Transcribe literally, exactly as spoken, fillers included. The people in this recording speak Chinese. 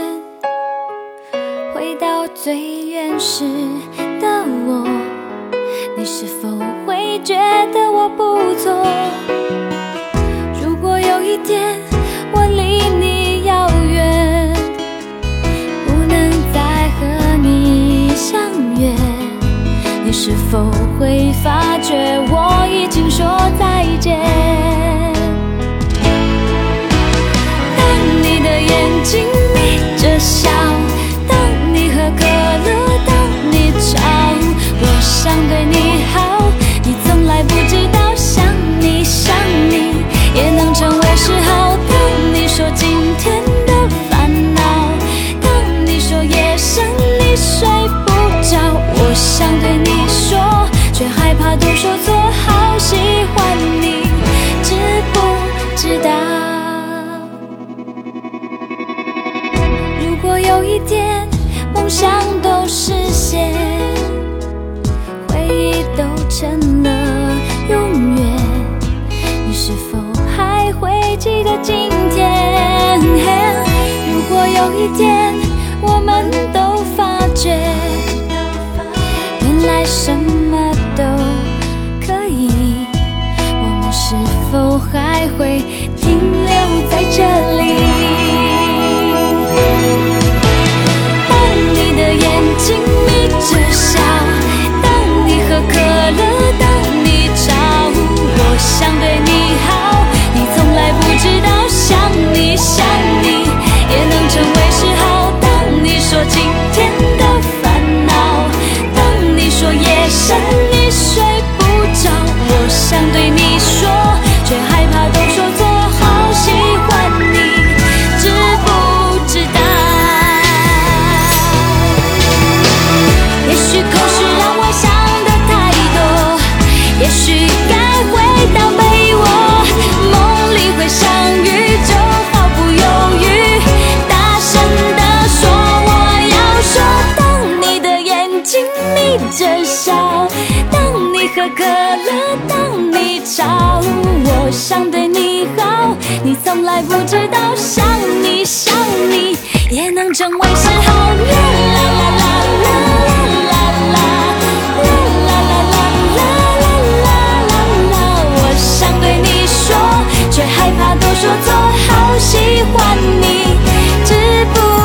回到最原始的我，你是否会觉得我不错？如果有一天我离你遥远，不能再和你相约，你是否会发觉我已经说再见？当你的眼睛眯着笑，当你喝可乐，当你吵，我想对你好，你从来不知道，想你想你也能成为嗜好。当你说今天的烦恼，当你说夜深你睡不着，我想对你说，却害怕都说错，好喜欢你，知不知道？如果有一天梦想都实现，回忆都成了永远，你是否还会记得今天？如果有一天我们都发觉，原来什么都可以，我们是否还会停留在这里？当你的眼睛眯着笑，当你喝可乐，当你吵，我想对你好，你从来不知道，想你想你也能成为嗜好。当你说今天的烦恼，当你说夜深你睡不着，我想对你说，却害怕都说错，好喜欢你，知不知道？也许口是让我想的太多，也许该回到被窝，梦里会相遇，就毫不犹豫大声地说我要说。当你的眼睛眯着笑，当你喝可乐，当你吵，我想对你好，你从来不知道，想你想你也能成为嗜好。啦啦啦啦啦啦啦啦啦啦啦啦啦啦，我想对你说，却害怕都说错，好喜欢你，知不